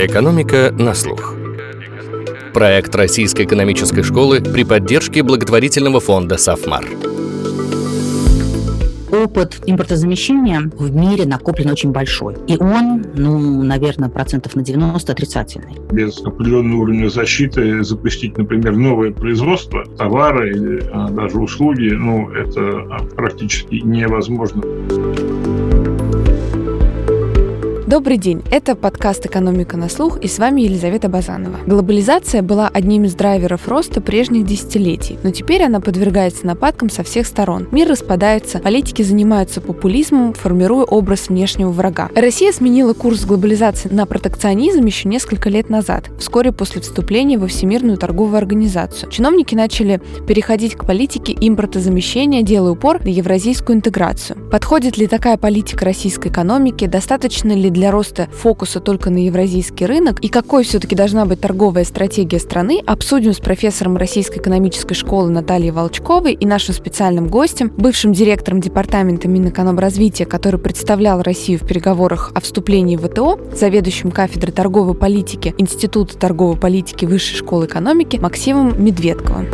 Экономика на слух. Проект Российской экономической школы при поддержке благотворительного фонда «Сафмар». Опыт импортозамещения в мире накоплен очень большой. И он, наверное, процентов на 90 отрицательный. Без определенного уровня защиты запустить, например, новое производство, товары или даже услуги, это практически невозможно. Добрый день, это подкаст «Экономика на слух» и с вами Елизавета Базанова. Глобализация была одним из драйверов роста прежних десятилетий, но теперь она подвергается нападкам со всех сторон. Мир распадается, политики занимаются популизмом, формируя образ внешнего врага. Россия сменила курс глобализации на протекционизм еще несколько лет назад, вскоре после вступления во Всемирную торговую организацию. Чиновники начали переходить к политике импортозамещения, делая упор на евразийскую интеграцию. Подходит ли такая политика российской экономике? Достаточно ли для роста фокуса только на евразийский рынок и какой все-таки должна быть торговая стратегия страны, обсудим с профессором Российской экономической школы Натальей Волчковой и нашим специальным гостем, бывшим директором департамента Минэкономразвития, который представлял Россию в переговорах о вступлении в ВТО, заведующим кафедрой торговой политики Института торговой политики Высшей школы экономики Максимом Медведковым.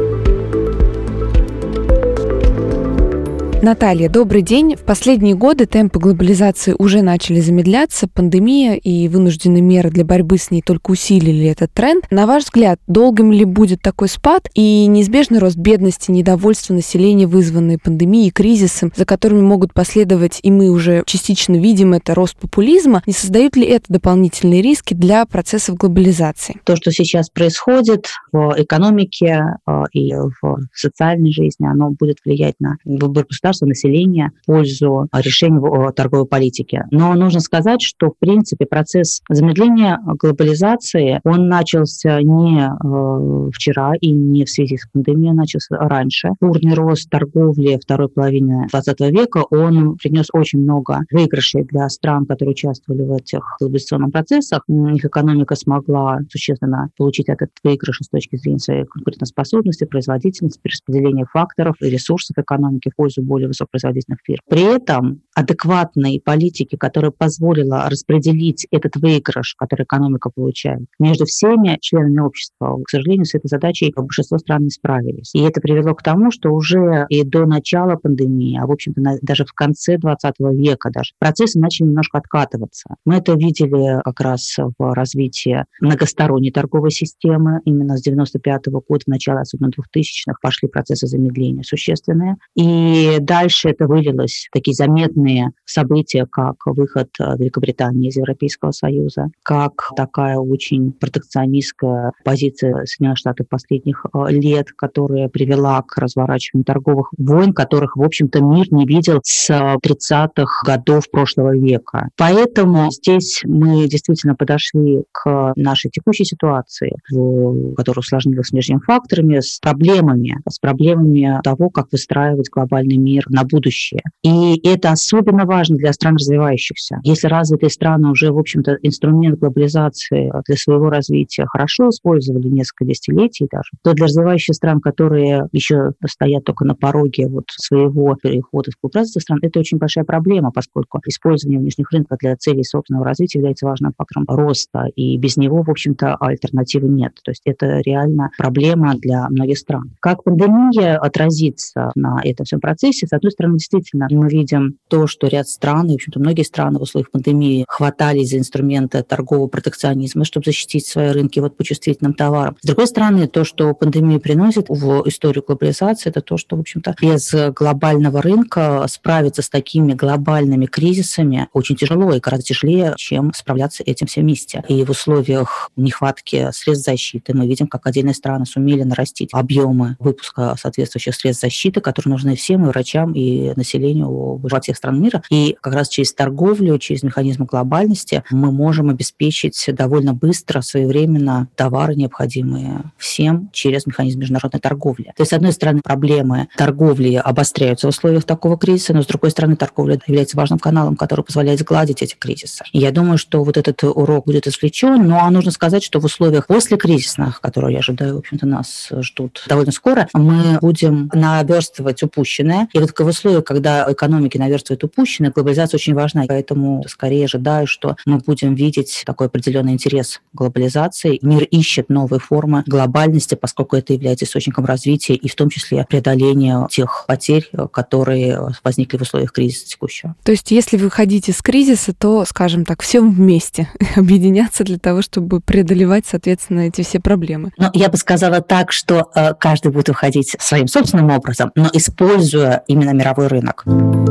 Наталья, добрый день. В последние годы темпы глобализации уже начали замедляться. Пандемия и вынужденные меры для борьбы с ней только усилили этот тренд. На ваш взгляд, долгим ли будет такой спад и неизбежный рост бедности, недовольства населения, вызванные пандемией и кризисом, за которыми могут последовать, и мы уже частично видим это, рост популизма, не создают ли это дополнительные риски для процессов глобализации? То, что сейчас происходит в экономике и в социальной жизни, оно будет влиять на выбор государства, населения в пользу решений торговой политики. Но нужно сказать, что, в принципе, процесс замедления глобализации, он начался не вчера и не в связи с пандемией, начался раньше. Бурный рост торговли второй половины XX века, он принес очень много выигрышей для стран, которые участвовали в этих глобализационных процессах. Их экономика смогла существенно получить этот выигрыш с точки зрения своей конкурентоспособности, производительности, перераспределения факторов и ресурсов экономики в пользу более высокопроизводительных фирм. При этом адекватной политики, которая позволила распределить этот выигрыш, который экономика получает, между всеми членами общества, к сожалению, с этой задачей большинство стран не справились. И это привело к тому, что уже и до начала пандемии, а в общем-то даже в конце 20 века даже, процессы начали немножко откатываться. Мы это видели как раз в развитии многосторонней торговой системы. Именно с 95 года, в начале особенно 2000-х, пошли процессы замедления существенные. И дальше это вылилось в такие заметные события, как выход Великобритании из Европейского Союза, как такая очень протекционистская позиция Соединенных Штатов последних лет, которая привела к разворачиванию торговых войн, которых, в общем-то, мир не видел с 30-х годов прошлого века. Поэтому здесь мы действительно подошли к нашей текущей ситуации, которая усложнилась внешними факторами, с проблемами того, как выстраивать глобальный мир на будущее. И это особенно важно для стран развивающихся. Если развитые страны уже, в общем-то, инструмент глобализации для своего развития хорошо использовали несколько десятилетий даже, то для развивающихся стран, которые еще стоят только на пороге своего перехода в развитых стран, это очень большая проблема, поскольку использование внешних рынков для целей собственного развития является важным фактором роста, и без него, в общем-то, альтернативы нет. То есть это реально проблема для многих стран. Как пандемия отразится на этом всем процессе? С одной стороны, действительно, мы видим то, что ряд стран, и, в общем-то, многие страны в условиях пандемии хватались за инструменты торгового протекционизма, чтобы защитить свои рынки по чувствительным товарам. С другой стороны, то, что пандемия приносит в историю глобализации, это то, что, в общем-то, без глобального рынка справиться с такими глобальными кризисами очень тяжело и гораздо тяжелее, чем справляться этим все вместе. И в условиях нехватки средств защиты мы видим, как отдельные страны сумели нарастить объемы выпуска соответствующих средств защиты, которые нужны всем, и врачам, и населению во всех странах мира. И как раз через торговлю, через механизмы глобальности мы можем обеспечить довольно быстро, своевременно товары, необходимые всем, через механизм международной торговли. То есть, с одной стороны, проблемы торговли обостряются в условиях такого кризиса, но, с другой стороны, торговля является важным каналом, который позволяет сгладить эти кризисы. И я думаю, что этот урок будет извлечен, но нужно сказать, что в условиях послекризисных, которые, я ожидаю, в общем-то, нас ждут довольно скоро, мы будем наверстывать упущенное. И вот в условиях, когда экономики наверстывают упущенное, глобализация очень важна, поэтому скорее ожидаю, что мы будем видеть такой определенный интерес к глобализации. Мир ищет новые формы глобальности, поскольку это является источником развития и в том числе преодоления тех потерь, которые возникли в условиях кризиса текущего. То есть, если выходить из кризиса, то, скажем так, все вместе объединяться для того, чтобы преодолевать, соответственно, эти все проблемы. Но я бы сказала так, что каждый будет выходить своим собственным образом, но используя именно мировой рынок.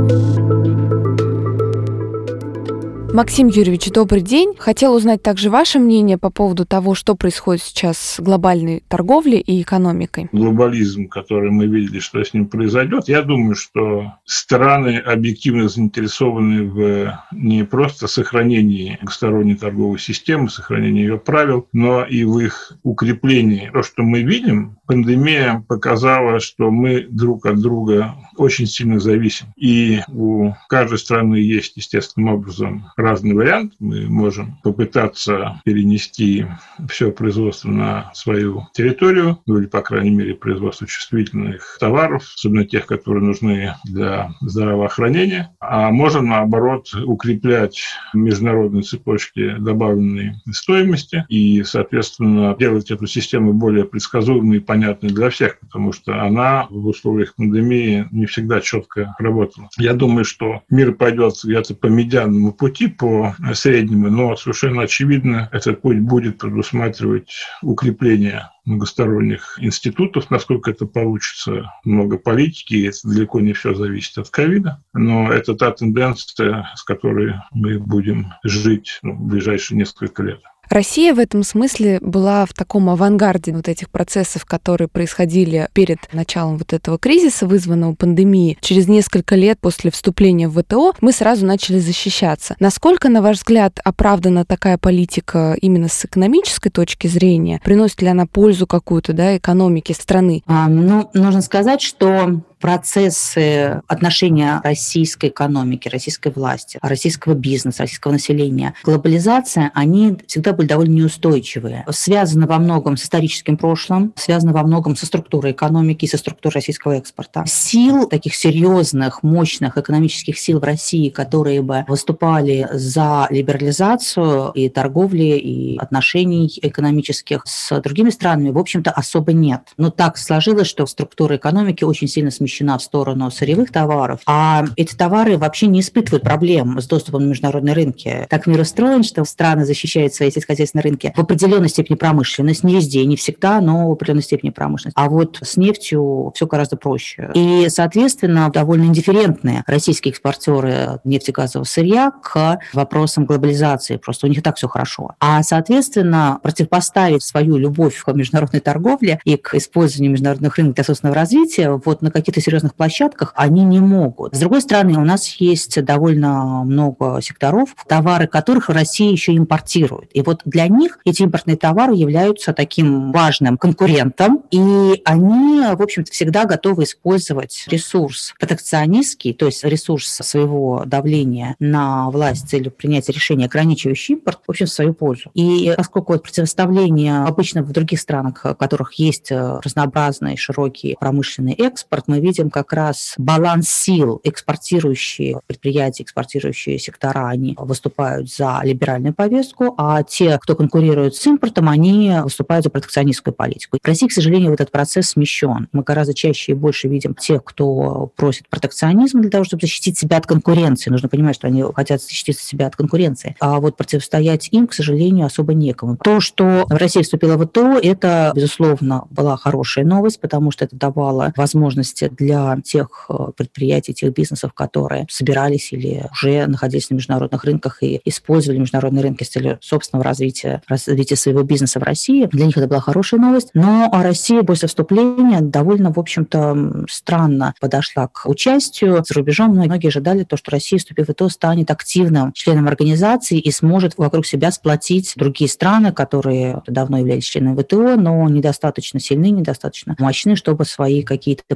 Максим Юрьевич, добрый день. Хотела узнать также ваше мнение по поводу того, что происходит сейчас с глобальной торговлей и экономикой. Глобализм, который мы видели, что с ним произойдет, я думаю, что страны объективно заинтересованы в не просто сохранении двусторонней торговой системы, сохранении ее правил, но и в их укреплении. То, что мы видим, пандемия показала, что мы друг от друга очень сильно зависим. И у каждой страны есть, естественным образом, разный вариант. Мы можем попытаться перенести все производство на свою территорию, ну или, по крайней мере, производство чувствительных товаров, особенно тех, которые нужны для здравоохранения. А можем, наоборот, укреплять международные цепочки добавленной стоимости и, соответственно, делать эту систему более предсказуемой и понятной для всех, потому что она в условиях пандемии не всегда четко работала. Я думаю, что мир пойдет где-то по медианному пути, по среднему, но совершенно очевидно, этот путь будет предусматривать укрепление многосторонних институтов, насколько это получится, много политики, это далеко не все зависит от ковида, но это та тенденция, с которой мы будем жить в ближайшие несколько лет. Россия в этом смысле была в таком авангарде вот этих процессов, которые происходили перед началом вот этого кризиса, вызванного пандемией. Через несколько лет после вступления в ВТО мы сразу начали защищаться. Насколько, на ваш взгляд, оправдана такая политика именно с экономической точки зрения? Приносит ли она пользу какую-то, экономике страны? Нужно сказать, что процессы отношения российской экономики, российской власти, российского бизнеса, российского населения, глобализация, они всегда были довольно неустойчивые. Связаны во многом с историческим прошлым, связаны во многом со структурой экономики и со структурой российского экспорта. Сил, таких серьезных, мощных экономических сил в России, которые бы выступали за либерализацию и торговли, и отношений экономических с другими странами, в общем-то, особо нет. Но так сложилось, что структура экономики очень сильно смещена в сторону сырьевых товаров, а эти товары вообще не испытывают проблем с доступом на международные рынки. Так мир устроен, что страны защищают свои сельскохозяйственные рынки в определенной степени промышленность, не везде, не всегда, но в определенной степени промышленность. А вот с нефтью все гораздо проще. И, соответственно, довольно индифферентные российские экспортеры нефтегазового сырья к вопросам глобализации. Просто у них и так все хорошо. А, соответственно, противопоставить свою любовь к международной торговле и к использованию международных рынков для собственного развития вот на каких-то серьезных площадках они не могут. С другой стороны, у нас есть довольно много секторов, товары которых Россия еще импортирует. И вот для них эти импортные товары являются таким важным конкурентом, и они, в общем-то, всегда готовы использовать ресурс протекционистский, то есть ресурс своего давления на власть с целью принятия решения, ограничивающий импорт, в общем, в свою пользу. И поскольку вот противоставление обычно в других странах, в которых есть разнообразный, широкий промышленный экспорт, мы видим как раз баланс сил. Экспортирующие предприятия, экспортирующие сектора, они выступают за либеральную повестку, а те, кто конкурирует с импортом, они выступают за протекционистскую политику. В России, к сожалению, вот этот процесс смещен. Мы гораздо чаще и больше видим тех, кто просит протекционизм для того, чтобы защитить себя от конкуренции. Нужно понимать, что они хотят защитить себя от конкуренции. А вот противостоять им, к сожалению, особо некому. То, что Россия вступила в ВТО, это, безусловно, была хорошая новость, потому что это давало возможности для тех предприятий, тех бизнесов, которые собирались или уже находились на международных рынках и использовали международные рынки с целью собственного развития своего бизнеса в России. Для них это была хорошая новость. Но Россия после вступления довольно, в общем-то, странно подошла к участию. За рубежом многие ожидали то, что Россия, вступив в ВТО, станет активным членом организации и сможет вокруг себя сплотить другие страны, которые давно являлись членами ВТО, но недостаточно сильны, недостаточно мощны, чтобы свои какие-то повестки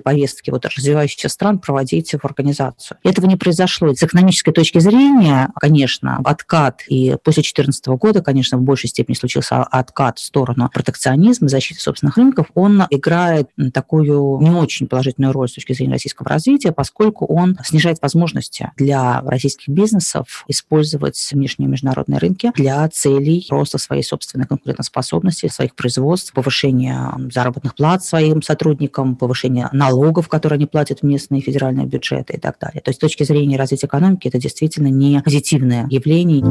попытки развивающихся стран проводить в организацию. Этого не произошло. С экономической точки зрения, конечно, откат, и после 2014 года, конечно, в большей степени случился откат в сторону протекционизма, защиты собственных рынков, он играет такую не очень положительную роль с точки зрения российского развития, поскольку он снижает возможности для российских бизнесов использовать внешние международные рынки для целей роста своей собственной конкурентоспособности, своих производств, повышения заработных плат своим сотрудникам, повышения налогов, которые они платят в местные федеральные бюджеты и так далее. То есть с точки зрения развития экономики это действительно не позитивное явление.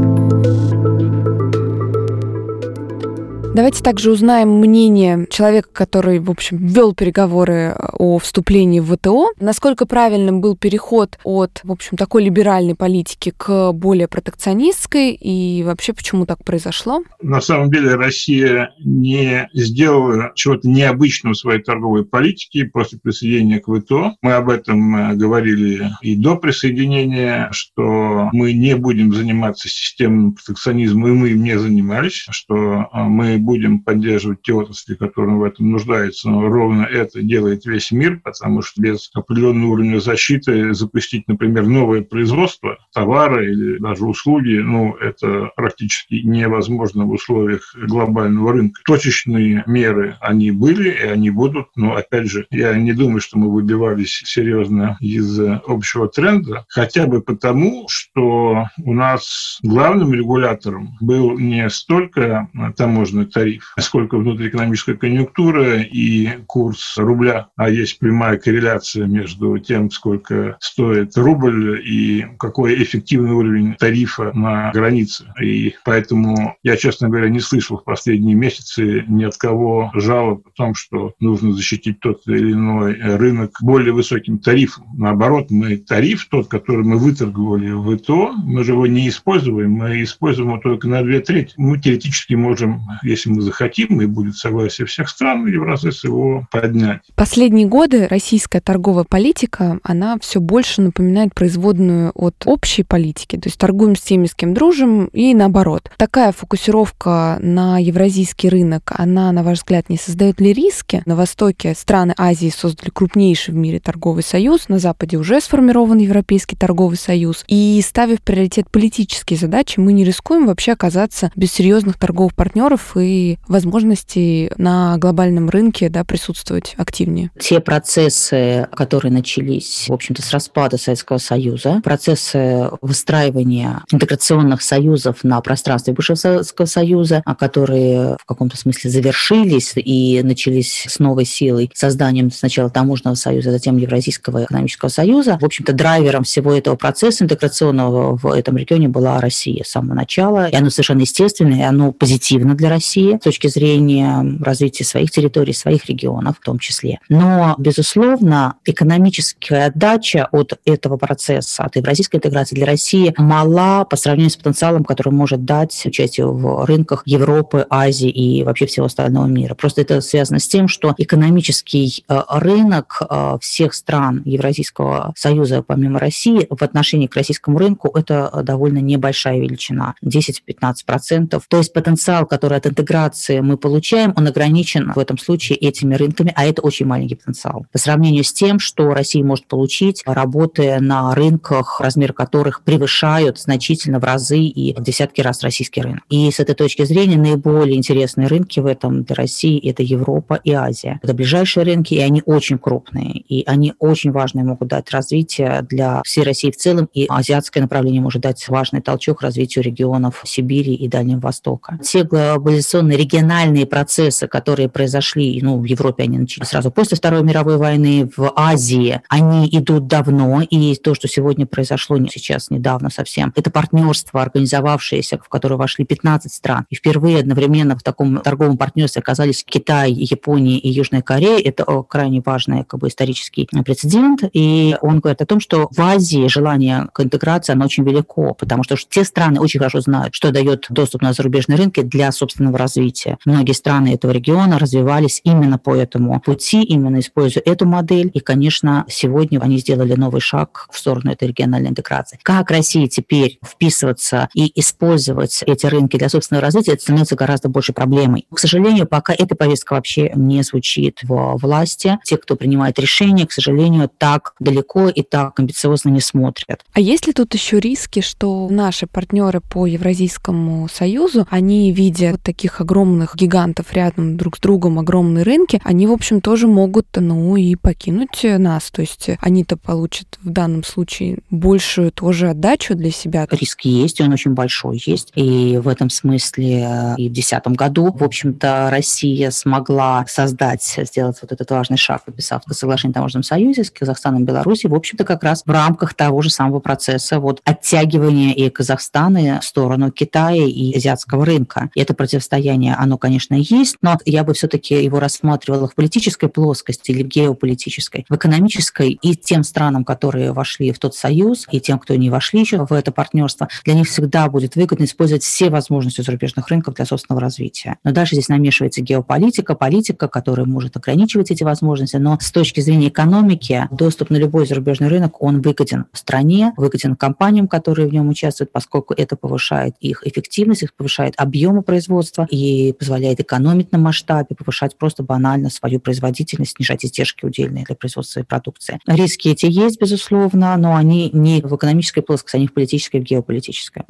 Давайте также узнаем мнение человека, который, в общем, вел переговоры о вступлении в ВТО. Насколько правильным был переход от, в общем, такой либеральной политики к более протекционистской, и вообще почему так произошло? На самом деле Россия не сделала чего-то необычного в своей торговой политике после присоединения к ВТО. Мы об этом говорили и до присоединения, что мы не будем заниматься системным протекционизмом, и мы им не занимались, что мы будем поддерживать те отрасли, которые в этом нуждаются, но ровно это делает весь мир, потому что без определенного уровня защиты запустить, например, новое производство, товары или даже услуги, это практически невозможно в условиях глобального рынка. Точечные меры, они были и они будут, но, опять же, я не думаю, что мы выбивались серьезно из общего тренда, хотя бы потому, что у нас главным регулятором был не столько таможенный тариф, сколько внутриэкономическая конъюнктура и курс рубля. А есть прямая корреляция между тем, сколько стоит рубль и какой эффективный уровень тарифа на границе. И поэтому я, честно говоря, не слышал в последние месяцы ни от кого жалоб о том, что нужно защитить тот или иной рынок более высоким тарифом. Наоборот, мы тариф, тот, который мы выторговали в ВТО, мы же его не используем, мы используем его только на 2/3. Мы теоретически можем, если мы захотим, и будет согласие всех стран, Евразес его поднять. Последние годы российская торговая политика, она все больше напоминает производную от общей политики, то есть торгуем с теми, с кем дружим, и наоборот. Такая фокусировка на евразийский рынок, она, на ваш взгляд, не создает ли риски? На Востоке страны Азии создали крупнейший в мире торговый союз, на Западе уже сформирован Европейский торговый союз, и ставя в приоритет политические задачи, мы не рискуем вообще оказаться без серьезных торговых партнеров и возможностей на глобальном рынке присутствовать активнее. Те процессы, которые начались, в общем-то, с распада Советского Союза, процессы выстраивания интеграционных союзов на пространстве бывшего Советского Союза, которые в каком-то смысле завершились и начались с новой силой, созданием сначала Таможенного союза, затем Евразийского экономического союза. В общем-то, драйвером всего этого процесса интеграционного в этом регионе была Россия с самого начала. И оно совершенно естественно, и оно позитивно для России с точки зрения развития своих территорий, своих регионов в том числе. Но, безусловно, экономическая отдача от этого процесса, от евразийской интеграции для России мала по сравнению с потенциалом, который может дать участие в рынках Европы, Азии и вообще всего остального мира. Просто это связано с тем, что экономический рынок всех стран Евразийского союза, помимо России, в отношении к российскому рынку это довольно небольшая величина, 10-15%. То есть потенциал, который от интеграции мы получаем, он ограничен в этом случае этими рынками, а это очень маленький потенциал. По сравнению с тем, что Россия может получить, работая на рынках, размер которых превышают значительно в разы и в десятки раз российский рынок. И с этой точки зрения наиболее интересные рынки в этом для России – это Европа и Азия. Это ближайшие рынки, и они очень крупные, и они очень важные, могут дать развитие для всей России в целом, и азиатское направление может дать важный толчок развитию регионов Сибири и Дальнего Востока. Все глобализационные региональные процессы, которые произошли, в Европе они начались сразу после Второй мировой войны, в Азии они идут давно, и то, что сегодня произошло сейчас недавно совсем, это партнерство, организовавшееся, в которое вошли 15 стран. И впервые одновременно в таком торговом партнерстве оказались Китай, Япония и Южная Корея. Это крайне важный исторический прецедент. И он говорит о том, что в Азии желание к интеграции, оно очень велико, потому что те страны очень хорошо знают, что дает доступ на зарубежные рынки для собственного развития. Многие страны этого региона развивались именно по этому пути, именно используя эту модель. И, конечно, сегодня они сделали новый шаг в сторону этой региональной интеграции. Как России теперь вписываться и использовать эти рынки для собственного развития, это становится гораздо большей проблемой. К сожалению, пока эта повестка вообще не звучит в власти. Те, кто принимает решения, к сожалению, так далеко и так амбициозно не смотрят. А есть ли тут еще риски, что наши партнеры по Евразийскому союзу, они, видя вот таких огромных гигантов рядом друг с другом, огромные рынки, они, в общем, тоже могут, и покинуть нас. То есть они-то получат в данном случае большую тоже отдачу для себя. Риск есть, он очень большой есть. И в этом смысле и в 2010 году, в общем-то, Россия смогла сделать вот этот важный шаг, подписав соглашение о таможенном союзе с Казахстаном и Белоруссией, в общем-то, как раз в рамках того же самого процесса оттягивания и Казахстана в сторону Китая и азиатского рынка. И это противостояние, оно, конечно, есть, но я бы все-таки его рассматривала в политической плоскости или в геополитической, в экономической, и тем странам, которые вошли в тот союз, и тем, кто не вошли еще в это партнерство, для них всегда будет выгодно использовать все возможности зарубежных рынков для собственного развития. Но дальше здесь намешивается геополитика, которая может ограничивать эти возможности, но с точки зрения экономики доступ на любой зарубежный рынок, он выгоден стране, выгоден компаниям, которые в нем участвуют, поскольку это повышает их эффективность, их повышает объемы производства и позволяет экономить на масштабе, повышать просто банально свою производительность, снижать издержки удельные для производства своей продукции. Риски эти есть, безусловно, но они не в экономической плоскости, они в политической и в геополитической.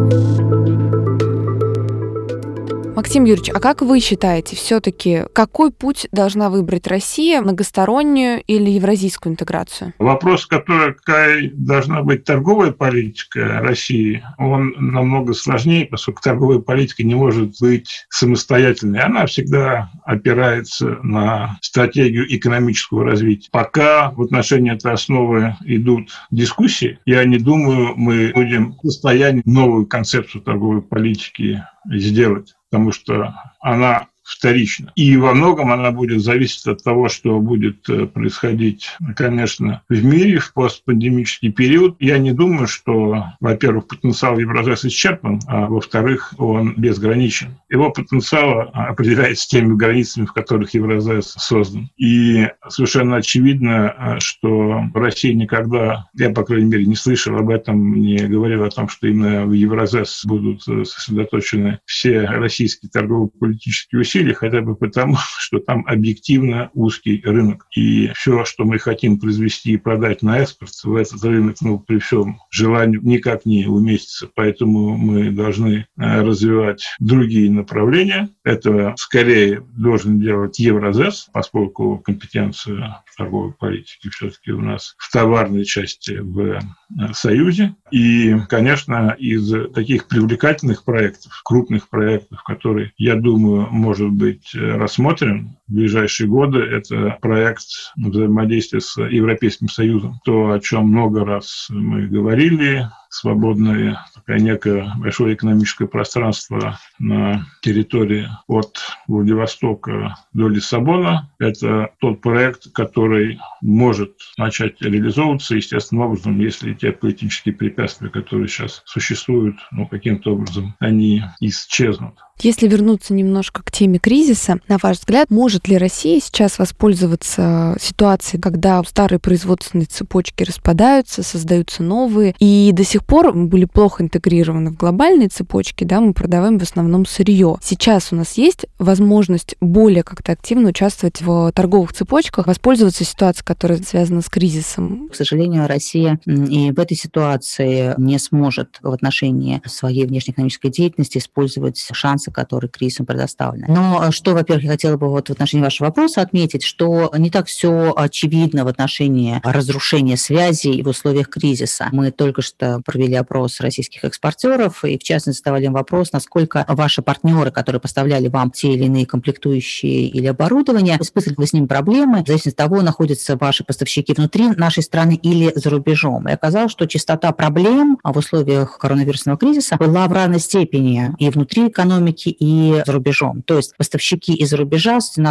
Максим Юрьевич, а как вы считаете, все-таки какой путь должна выбрать Россия, многостороннюю или евразийскую интеграцию? Вопрос, какая должна быть торговая политика России, он намного сложнее, поскольку торговая политика не может быть самостоятельной. Она всегда опирается на стратегию экономического развития. Пока в отношении этой основы идут дискуссии, я не думаю, мы будем в состоянии новую концепцию торговой политики сделать, потому что она вторично. И во многом она будет зависеть от того, что будет происходить, конечно, в мире в постпандемический период. Я не думаю, что, во-первых, потенциал Евразес исчерпан, а во-вторых, он безграничен. Его потенциал определяется теми границами, в которых Евразес создан. И совершенно очевидно, что Россия никогда, я, по крайней мере, не слышал об этом, не говорил о том, что именно в Евразес будут сосредоточены все российские торгово-политические усилия, хотя бы потому, что там объективно узкий рынок. И все, что мы хотим произвести и продать на экспорт, в этот рынок, при всем желании, никак не уместится. Поэтому мы должны развивать другие направления. Это скорее должен делать Евразес, поскольку компетенция торговой политики все-таки у нас в товарной части в Союзе. И, конечно, из таких привлекательных проектов, крупных проектов, которые, я думаю, может быть рассмотрен в ближайшие годы, это проект взаимодействия с Европейским Союзом. То, о чем много раз мы говорили, свободное некое большое экономическое пространство на территории от Владивостока до Лиссабона. Это тот проект, который может начать реализовываться естественным образом, если те политические препятствия, которые сейчас существуют, каким-то образом они исчезнут. Если вернуться немножко к теме кризиса, на ваш взгляд, может ли Россия сейчас воспользоваться ситуацией, когда старые производственные цепочки распадаются, создаются новые, и до сих пор мы были плохо интегрированы в глобальные цепочки, мы продаваем в основном сырье. Сейчас у нас есть возможность более как-то активно участвовать в торговых цепочках, воспользоваться ситуацией, которая связана с кризисом? К сожалению, Россия и в этой ситуации не сможет в отношении своей внешнеэкономической деятельности использовать шансы, которые кризисом предоставлены. Но что, во-первых, я хотела бы в отношении вашего вопроса отметить, что не так все очевидно в отношении разрушения связей в условиях кризиса. Мы только что провели опрос российских экспортеров и, в частности, задавали им вопрос, насколько ваши партнеры, которые поставляли вам те или иные комплектующие или оборудование, испытывали вы с ними проблемы, в зависимости от того, находятся ваши поставщики внутри нашей страны или за рубежом. И оказалось, что частота проблем в условиях коронавирусного кризиса была в равной степени и внутри экономики, и за рубежом. То есть поставщики из-за рубежа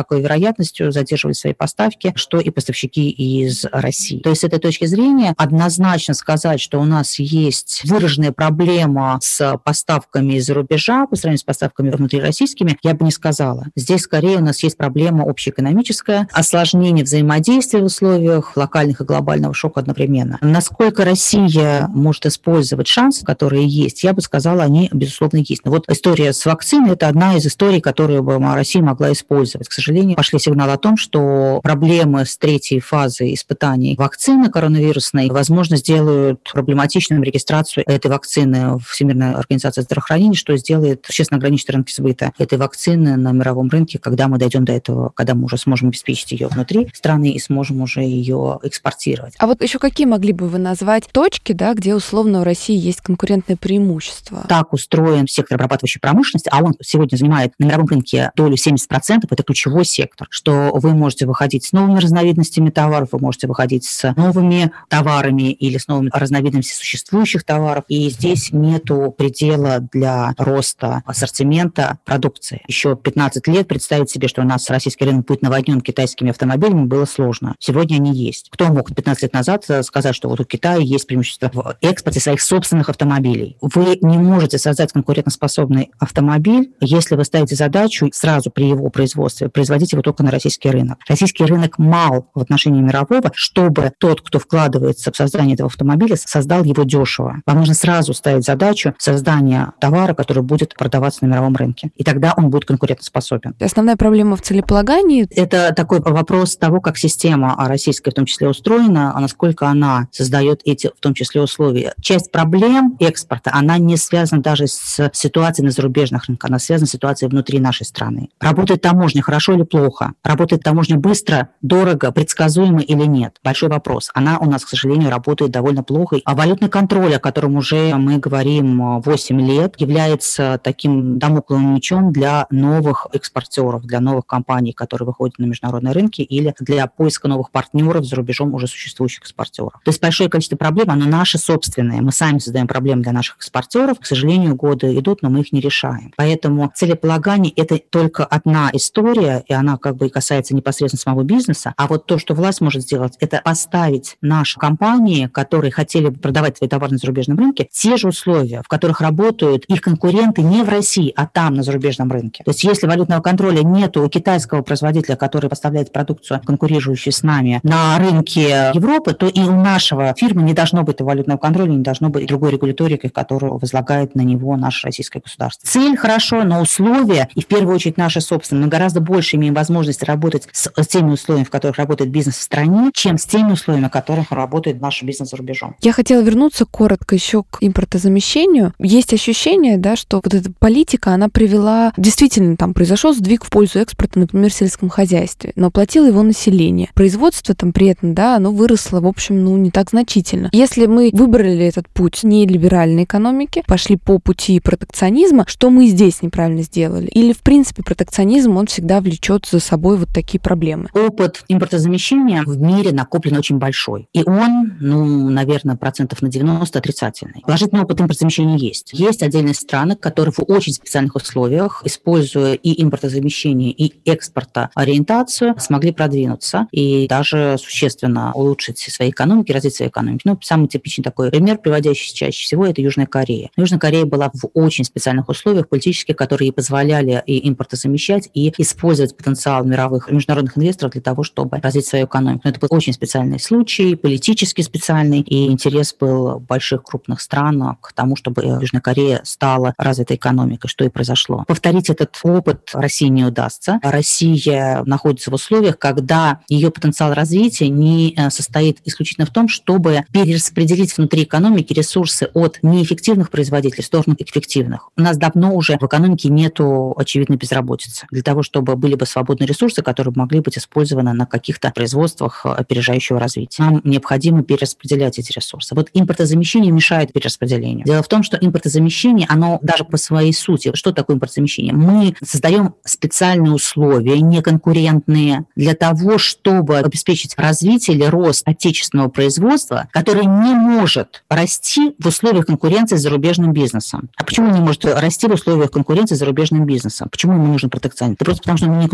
такой вероятностью задерживали свои поставки, что и поставщики из России. То есть с этой точки зрения однозначно сказать, что у нас есть выраженная проблема с поставками из-за рубежа по сравнению с поставками внутрироссийскими, я бы не сказала. Здесь скорее у нас есть проблема общеэкономическая, осложнение взаимодействия в условиях локальных и глобального шока одновременно. Насколько Россия может использовать шансы, которые есть, я бы сказала, они, безусловно, есть. Но вот история с вакциной – это одна из историй, которую бы Россия могла использовать. К сожалению, пошли сигналы о том, что проблемы с третьей фазой испытаний вакцины коронавирусной, возможно, сделают проблематичным регистрацию этой вакцины в Всемирной организации здравоохранения, что сделает существенно ограничить рынки сбыта этой вакцины на мировом рынке, когда мы дойдем до этого, когда мы уже сможем обеспечить ее внутри страны и сможем уже ее экспортировать. А вот еще какие могли бы вы назвать точки, да, где условно у России есть конкурентное преимущество? Так устроен сектор обрабатывающей промышленности, а он сегодня занимает на мировом рынке долю 70%, это ключевой сектор, что вы можете выходить с новыми разновидностями товаров, вы можете выходить с новыми товарами или с новыми разновидностями существующих товаров, и здесь нету предела для роста ассортимента продукции. Еще 15 лет представить себе, что у нас российский рынок будет наводнен китайскими автомобилями, было сложно. Сегодня они есть. Кто мог 15 лет назад сказать, что вот у Китая есть преимущество в экспорте своих собственных автомобилей? Вы не можете создать конкурентоспособный автомобиль, если вы ставите задачу сразу при его производстве производить его только на российский рынок. Российский рынок мал в отношении мирового, чтобы тот, кто вкладывается в создание этого автомобиля, создал его дешево. Вам нужно сразу ставить задачу создания товара, который будет продаваться на мировом рынке. И тогда он будет конкурентоспособен. Основная проблема в целеполагании? Это такой вопрос того, как система российская в том числе устроена, а насколько она создает эти, в том числе, условия. Часть проблем экспорта, она не связана даже с ситуацией на зарубежных рынках, она связана с ситуацией внутри нашей страны. Работает таможня хорошо или плохо? Работает таможня быстро, дорого, предсказуемо или нет? Большой вопрос. Она у нас, к сожалению, работает довольно плохо. А валютный контроль, о котором уже мы говорим 8 лет, является таким дамокловым мечом для новых экспортеров, для новых компаний, которые выходят на международные рынки, или для поиска новых партнеров за рубежом уже существующих экспортеров. То есть большое количество проблем, оно наши собственные. Мы сами создаем проблемы для наших экспортеров. К сожалению, годы идут, но мы их не решаем. Поэтому целеполагание – это только одна история, и она как бы и касается непосредственно самого бизнеса. А вот то, что власть может сделать, это поставить наши компании, которые хотели бы продавать свои товары на зарубежном рынке, те же условия, в которых работают их конкуренты не в России, а там, на зарубежном рынке. То есть если валютного контроля нету у китайского производителя, который поставляет продукцию, конкурирующую с нами, на рынке Европы, то и у нашего фирмы не должно быть валютного контроля, не должно быть другой регуляторики, которую возлагает на него наше российское государство. Цель хорошо, но условия, и в первую очередь наши собственные, мы гораздо больше имеем возможность работать с теми условиями, в которых работает бизнес в стране, чем с теми условиями, в которых работает наш бизнес за рубежом. Я хотела вернуться коротко еще к импортозамещению. Есть ощущение, да, что вот эта политика, она привела, действительно, там произошел сдвиг в пользу экспорта, например, в сельском хозяйстве, но оплатило его население. Производство там при этом, да, оно выросло, в общем, не так значительно. Если мы выбрали этот путь нелиберальной экономики, пошли по пути протекционизма, что мы здесь неправильно сделали? Или, в принципе, протекционизм, он всегда влечет за собой вот такие проблемы? Опыт импортозамещения в мире накоплен очень большой. И он, наверное, процентов на 90 отрицательный. Положительный опыт импортозамещения есть. Есть отдельные страны, которые в очень специальных условиях, используя и импортозамещение, и экспортоориентацию, смогли продвинуться и даже существенно улучшить свои экономики, развить свои экономики. Самый типичный такой пример, приводящийся чаще всего, это Южная Корея. Южная Корея была в очень специальных условиях политических, которые позволяли и импортозамещать, и использовать потенциал мировых международных инвесторов для того, чтобы развить свою экономику. Но это был очень специальный случай, политически специальный, и интерес был больших крупных стран к тому, чтобы Южная Корея стала развитой экономикой, что и произошло. Повторить этот опыт России не удастся. Россия находится в условиях, когда ее потенциал развития не состоит исключительно в том, чтобы перераспределить внутри экономики ресурсы от неэффективных производителей в сторону эффективных. У нас давно уже в экономике нету очевидной безработицы. Для того, чтобы были бы свободные ресурсы, которые могли быть использованы на каких-то производствах опережающего развития. Нам необходимо перераспределять эти ресурсы. Вот импортозамещение мешает перераспределению. Дело в том, что импортозамещение, оно даже по своей сути, что такое импортозамещение? Мы создаем специальные условия, неконкурентные, для того, чтобы обеспечить развитие или рост отечественного производства, которое не может расти в условиях конкуренции с зарубежным бизнесом. А почему не может расти в условиях конкуренции с зарубежным бизнесом? Почему ему нужен протекционизм? Это просто потому, что он не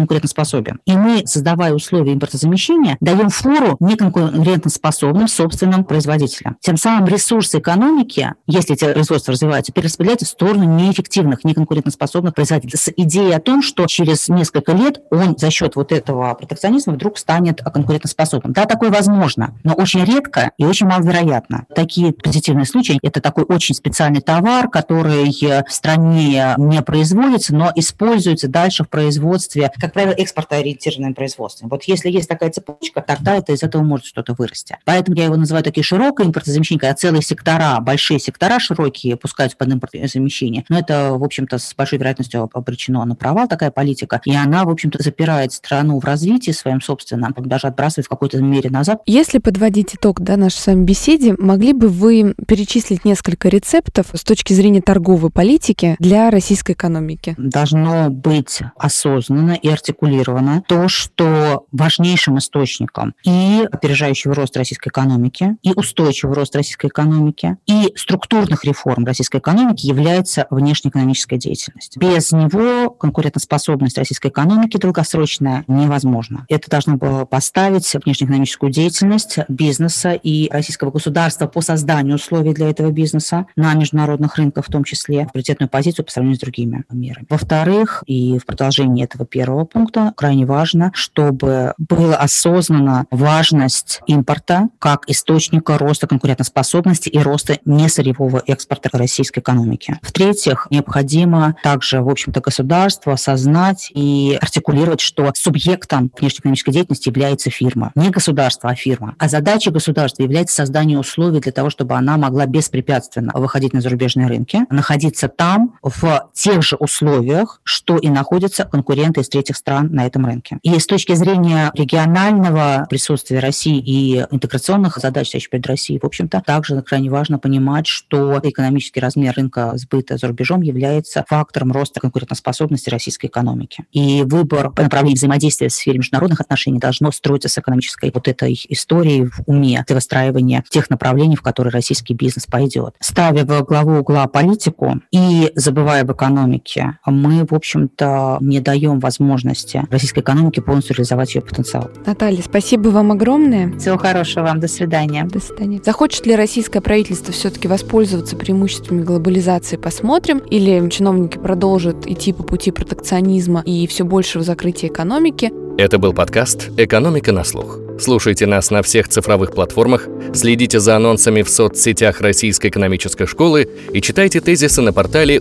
конкурентоспособен. И мы, создавая условия импортозамещения, даем фору неконкурентоспособным собственным производителям. Тем самым ресурсы экономики, если эти производства развиваются, перераспределяются в сторону неэффективных, неконкурентоспособных производителей. С идеей о том, что через несколько лет он за счет вот этого протекционизма вдруг станет конкурентоспособным. Да, такое возможно, но очень редко и очень маловероятно. Такие позитивные случаи – это такой очень специальный товар, который в стране не производится, но используется дальше в производстве, как правило, экспортоориентированным производством. Вот если есть такая цепочка, тогда это из этого может что-то вырасти. Поэтому я его называю такие широкое импортозамещение, когда целые сектора, большие сектора широкие пускаются под импортозамещение. Но это, в общем-то, с большой вероятностью обречено на провал, такая политика. И она, в общем-то, запирает страну в развитии своем собственном, даже отбрасывает в какой-то мере назад. Если подводить итог нашей с вами беседе, могли бы вы перечислить несколько рецептов с точки зрения торговой политики для российской экономики? Должно быть осознанно и артикулировано то, что важнейшим источником и опережающего роста российской экономики, и устойчивого роста российской экономики, и структурных реформ российской экономики является внешнеэкономическая деятельность. Без него конкурентоспособность российской экономики долгосрочная невозможна. Это должно было поставить внешнеэкономическую деятельность бизнеса и российского государства по созданию условий для этого бизнеса на международных рынках в том числе в приоритетную позицию по сравнению с другими мерами. Во-вторых, и в продолжении этого первого пункта, крайне важно, чтобы была осознана важность импорта как источника роста конкурентоспособности и роста несырьевого экспорта российской экономики. В-третьих, необходимо также, в общем-то, государство осознать и артикулировать, что субъектом внешнеэкономической деятельности является фирма. Не государство, а фирма. А задача государства является создание условий для того, чтобы она могла беспрепятственно выходить на зарубежные рынки, находиться там в тех же условиях, что и находятся конкуренты из третьих стран на этом рынке. И с точки зрения регионального присутствия России и интеграционных задач, стоящих перед Россией, в общем-то, также крайне важно понимать, что экономический размер рынка сбыта за рубежом является фактором роста конкурентоспособности российской экономики. И выбор по направлению взаимодействия в сфере международных отношений должно строиться с экономической вот этой историей в уме, для выстраивания тех направлений, в которые российский бизнес пойдет. Ставя во главу угла политику и забывая об экономике, мы, в общем-то, не даем возможности российской экономике полностью реализовать ее потенциал. Наталья, спасибо вам огромное. Всего хорошего вам. До свидания. До свидания. Захочет ли российское правительство все-таки воспользоваться преимуществами глобализации, посмотрим. Или чиновники продолжат идти по пути протекционизма и все большего закрытия экономики. Это был подкаст «Экономика на слух». Слушайте нас на всех цифровых платформах, следите за анонсами в соцсетях Российской экономической школы и читайте тезисы на портале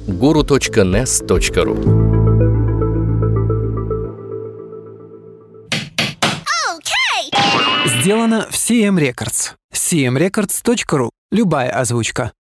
guru.nes.ru. Сделано в CM Records. cmrecords.ru. Любая озвучка.